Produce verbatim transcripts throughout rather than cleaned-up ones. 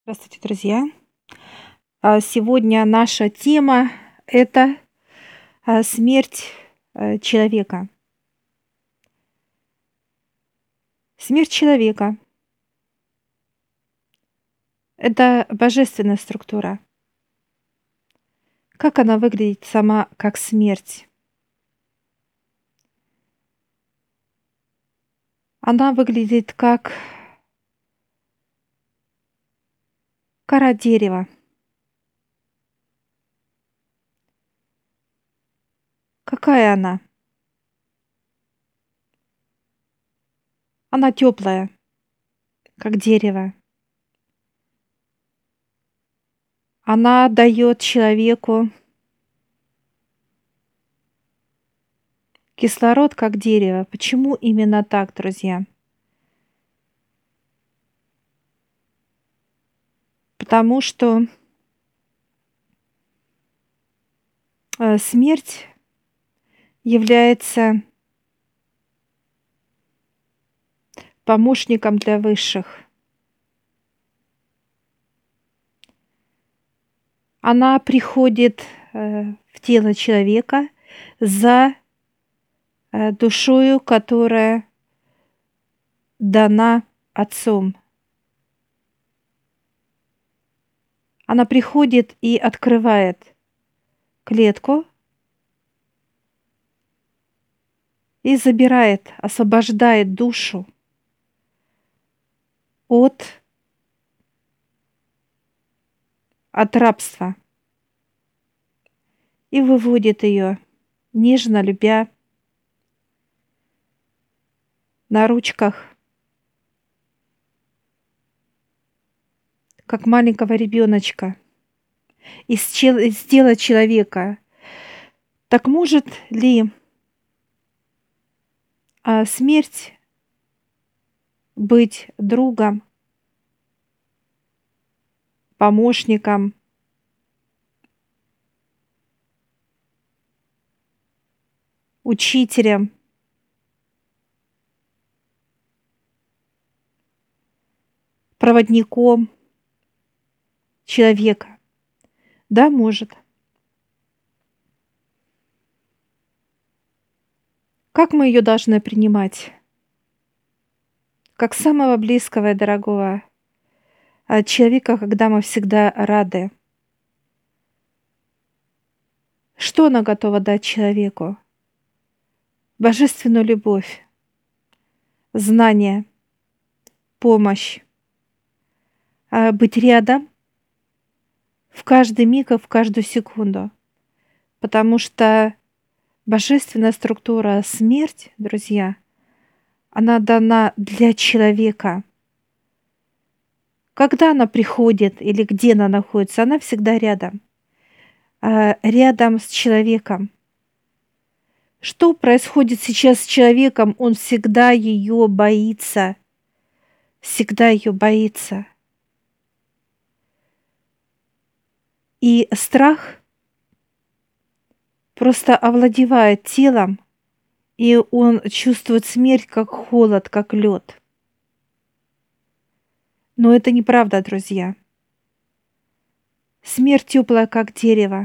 Здравствуйте, друзья! А, сегодня наша тема- это, а, смерть, э, человека. Смерть человека это божественная структура. Как она выглядит сама как смерть? Она выглядит как кора дерева. Какая она? Она тёплая, как дерево. Она даёт человеку кислород, как дерево. Почему именно так, друзья? Потому что э, смерть является помощником для высших. Она приходит, э, в тело человека за, э, душою, которая дана Отцом. Она приходит и открывает клетку и забирает, освобождает душу от от рабства и выводит её, нежно любя на ручках как маленького ребёночка из чел из тела человека. Так может ли а, смерть быть другом помощником учителем? Проводником человека? Да, может. Как мы её должны принимать? Как самого близкого и дорогого, а, человека, когда мы всегда рады. Что она готова дать человеку? Божественную любовь, знания, помощь. А, быть рядом в каждый миг и в каждую секунду. Потому что божественная структура смерть, друзья, она дана для человека. Когда она приходит или где она находится, она всегда рядом. А, рядом с человеком. Что происходит сейчас с человеком, он всегда её боится. Всегда её боится. И страх просто овладевает телом, и он чувствует смерть как холод, как лёд. Но это неправда, друзья. Смерть тёплая, как дерево.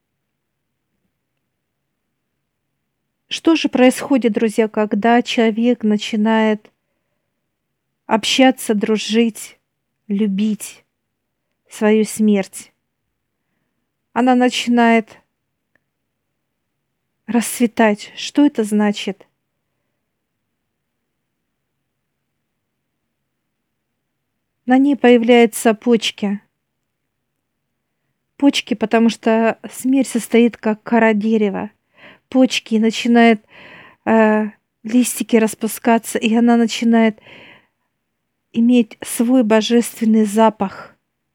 Что же происходит, друзья, когда человек начинает общаться, дружить, любить свою смерть? Она начинает расцветать. Что это значит? На ней появляются почки. Почки, потому что смерть состоит как кора дерева. Почки, и начинает, э, листики распускаться, и она начинает иметь свой божественный запах.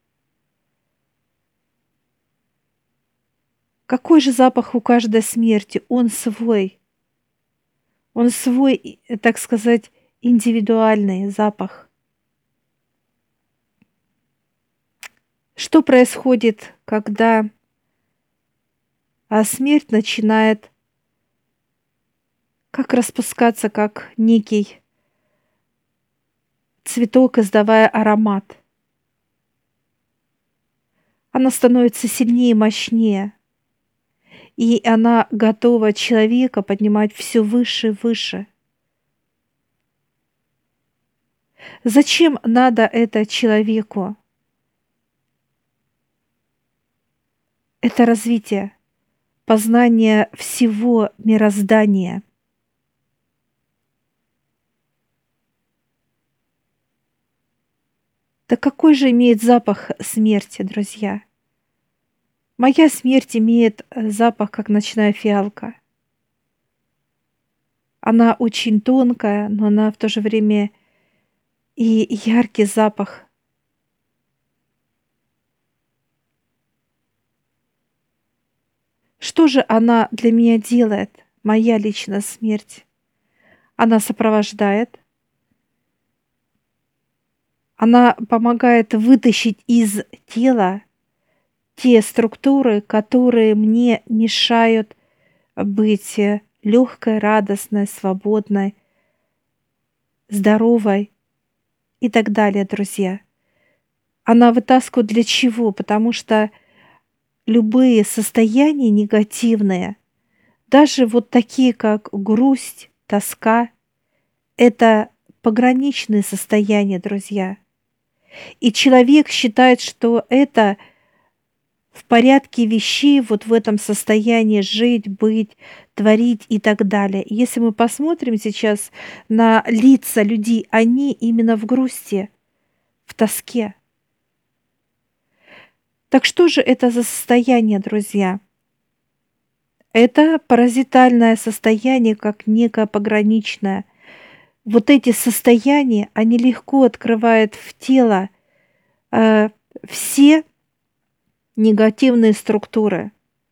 Какой же запах у каждой смерти? Он свой. Он свой, и, так сказать, индивидуальный запах. Что происходит, когда а, смерть начинает как распускаться, как некий цветок, издавая аромат? она становится сильнее, мощнее. И она готова человека поднимать все выше и выше. Зачем надо это человеку? Это развитие, познание всего мироздания. Да какой же имеет запах смерти, друзья? Моя смерть имеет э, запах, как ночная фиалка. Она очень тонкая, но она в то же время и яркий запах. Что же она для меня делает, моя личная смерть? Она сопровождает, она помогает вытащить из тела те структуры, которые мне мешают быть легкой, радостной, свободной, здоровой и так далее, друзья. Она вытаскивает для чего? Потому что любые состояния негативные, даже вот такие, как грусть, тоска, это пограничные состояния, друзья. И человек считает, что это в порядке вещей, вот в этом состоянии жить, быть, творить и так далее. Если мы посмотрим сейчас на лица людей, они именно в грусти, в тоске. Так что же это за состояние, друзья? Это паразитальное состояние, как некое пограничное. Вот эти состояния, они легко открывают в тело э, все негативные структуры.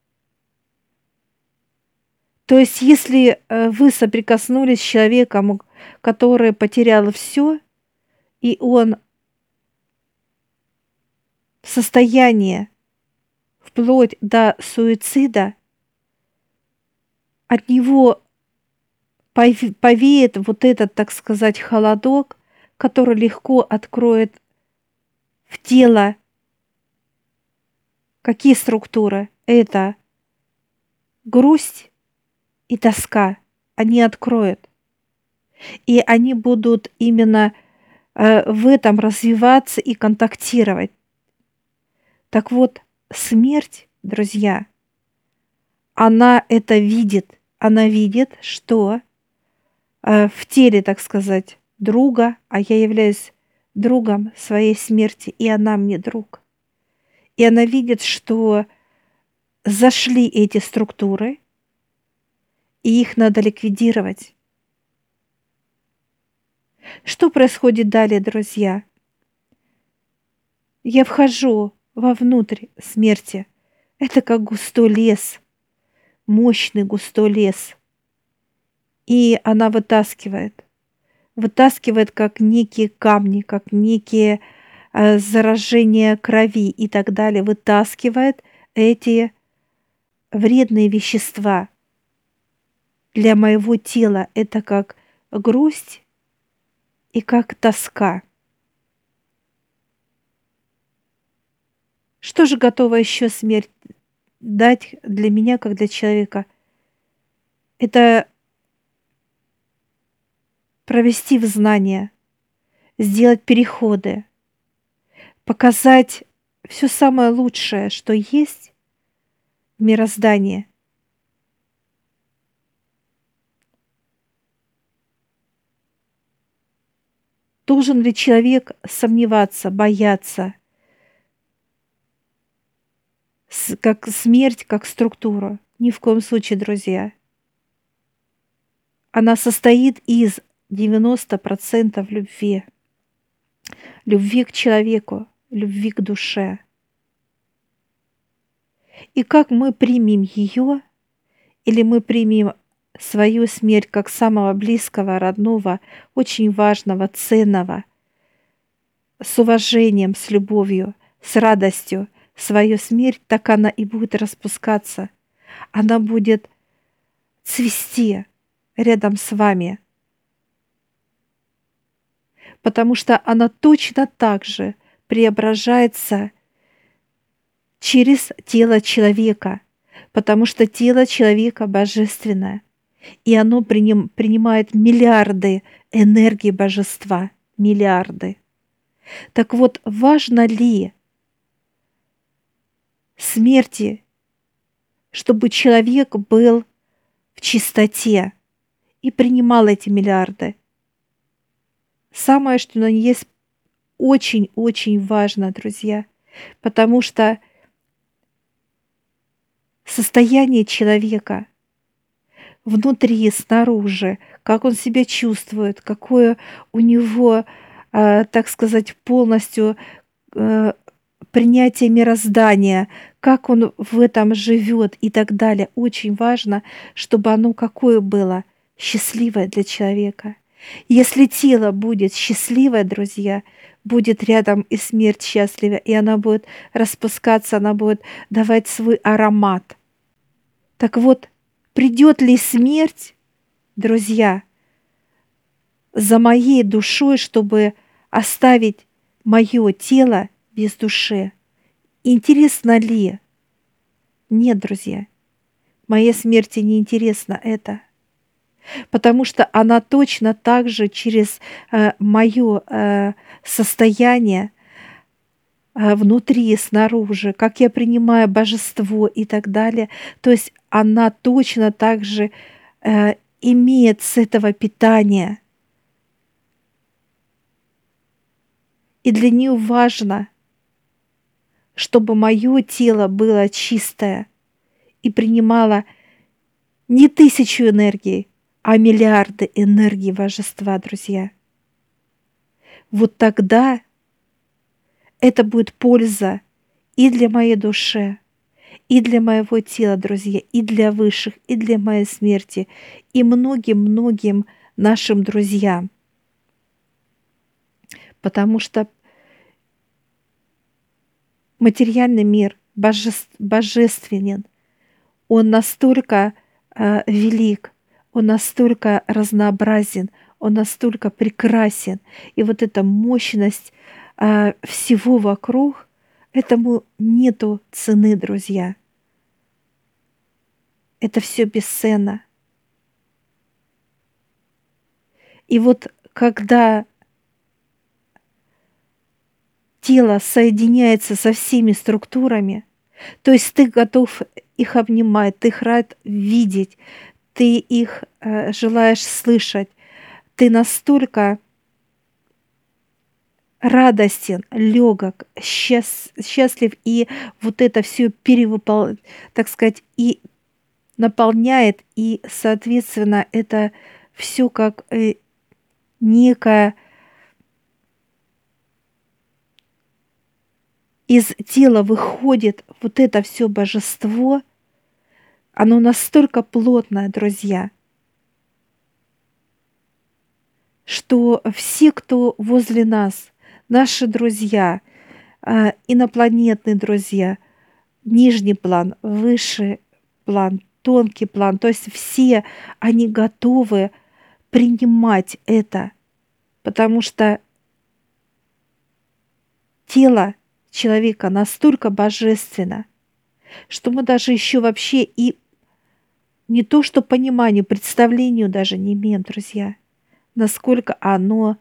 То есть, если э, вы соприкоснулись с человеком, который потерял все, и он в состоянии вплоть до суицида, от него пове- повеет вот этот, так сказать, холодок, который легко откроет в тело какие структуры? Это грусть и тоска. Они откроют. И они будут именно э, в этом развиваться и контактировать. Так вот, смерть, друзья, она это видит. Она видит, что э, в теле, так сказать, друга, а я являюсь другом своей смерти, и она мне друг. И она видит, что зашли эти структуры, и их надо ликвидировать. Что происходит далее, друзья? Я вхожу вовнутрь смерти. Это как густой лес, мощный густой лес. И она вытаскивает. Вытаскивает как некие камни, как некие э, заражения крови и так далее. Вытаскивает эти вредные вещества для моего тела. Это как грусть и как тоска. Что же готова еще смерть дать для меня, как для человека? Это провести в знание, сделать переходы, показать все самое лучшее, что есть в мироздании. Должен ли человек сомневаться, бояться, с- как смерть, как структуру? Ни в коем случае, друзья. Она состоит из девяноста процентов любви. Любви к человеку, любви к душе. И как мы примем ее, или мы примем свою смерть как самого близкого, родного, очень важного, ценного, с уважением, с любовью, с радостью, свою смерть, так она и будет распускаться. Она будет цвести рядом с вами, потому что она точно так же преображается через тело человека, потому что тело человека божественное, и оно приним, принимает миллиарды энергии божества, миллиарды. Так вот, важно ли смерти, чтобы человек был в чистоте и принимал эти миллиарды? Самое, что на ней есть, очень-очень важно, друзья, потому что состояние человека внутри и снаружи, как он себя чувствует, какое у него, э, так сказать, полностью э, принятие мироздания, как он в этом живет и так далее. Очень важно, чтобы оно какое было счастливое для человека. Если тело будет счастливое, друзья, будет рядом и смерть счастлива, и она будет распускаться, она будет давать свой аромат. Так вот, придет ли смерть, друзья, за моей душой, чтобы оставить мое тело без души? Интересно ли? Нет, друзья, моей смерти не интересно это, потому что она точно так же через э, мое э, состояние э, внутри и снаружи, как я принимаю божество и так далее, то есть она точно так же э, имеет с этого питания. И для нее важно, чтобы мое тело было чистое и принимало не тысячу энергий, а миллиарды энергии божества, друзья. Вот тогда это будет польза и для моей души, и для моего тела, друзья, и для высших, и для моей смерти, и многим-многим нашим друзьям. Потому что материальный мир божеств, божественен, он настолько э, велик, он настолько разнообразен, он настолько прекрасен. И вот эта мощность э, всего вокруг, этому нету цены, друзья. Это все бесценно. И вот когда тело соединяется со всеми структурами, то есть ты готов их обнимать, ты их рад видеть, ты их э, желаешь слышать, ты настолько радостен, легок, счаст, счастлив, и вот это все перевыпол, так сказать, и наполняет, и, соответственно, это все как э, некое из тела выходит вот это все божество, оно настолько плотное, друзья, что все, кто возле нас, наши друзья, а, инопланетные друзья, нижний план, высший план, тонкий план, то есть все они готовы принимать это, потому что тело человека настолько божественно, что мы даже еще вообще и не то что пониманию, представлению даже не имеем, друзья, насколько оно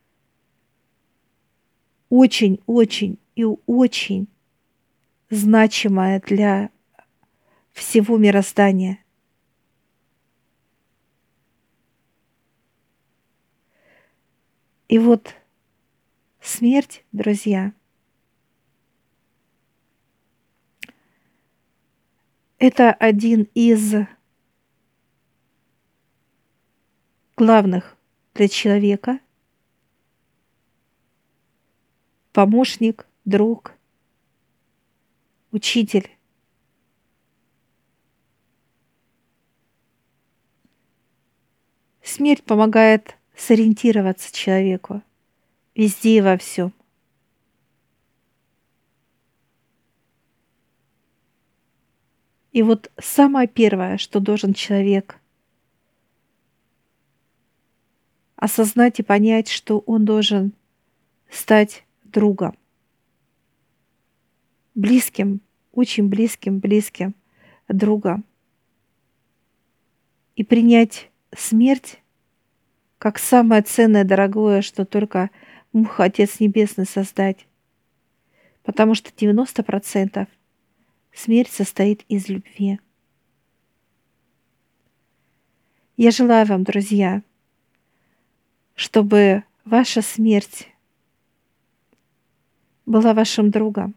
очень-очень и очень значимое для всего мироздания. И вот смерть, друзья, это один из главных для человека помощник, друг, учитель. Смерть помогает сориентироваться человеку везде и во всем. И вот самое первое, что должен человек осознать и понять, что он должен стать другом, близким очень близким-близким другом. И принять смерть как самое ценное, дорогое, что только мог Отец Небесный создать. Потому что девяносто процентов смерть состоит из любви. Я желаю вам, друзья, чтобы ваша смерть была вашим другом.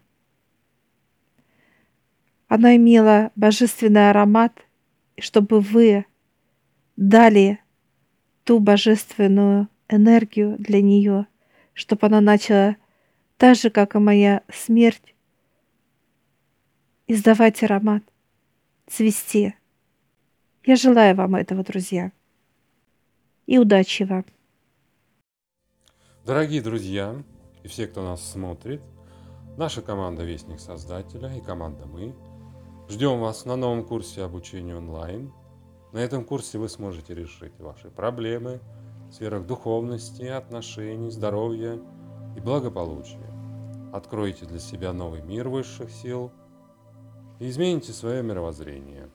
Она имела божественный аромат, и чтобы вы дали ту божественную энергию для нее, чтобы она начала, так же, как и моя смерть, издавать аромат, цвести. Я желаю вам этого, друзья. И удачи вам. Дорогие друзья и все, кто нас смотрит, наша команда Вестник Создателя и команда Мы ждем вас на новом курсе обучения онлайн. На этом курсе вы сможете решить ваши проблемы в сферах духовности, отношений, здоровья и благополучия. Откроете для себя новый мир высших сил и измените свое мировоззрение.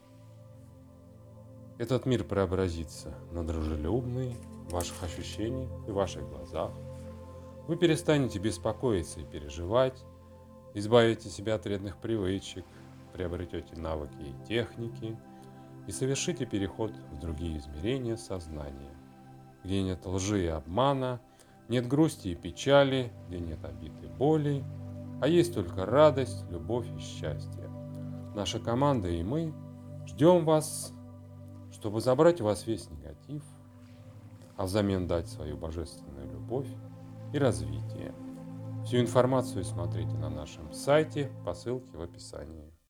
Этот мир преобразится на дружелюбный в ваших ощущениях и в ваших глазах. Вы перестанете беспокоиться и переживать, избавите себя от вредных привычек, приобретете навыки и техники и совершите переход в другие измерения сознания, где нет лжи и обмана, нет грусти и печали, где нет обид и боли, а есть только радость, любовь и счастье. Наша команда и мы ждем вас, чтобы забрать у вас весь негатив, а взамен дать свою божественную любовь и развитие. Всю информацию смотрите на нашем сайте по ссылке в описании.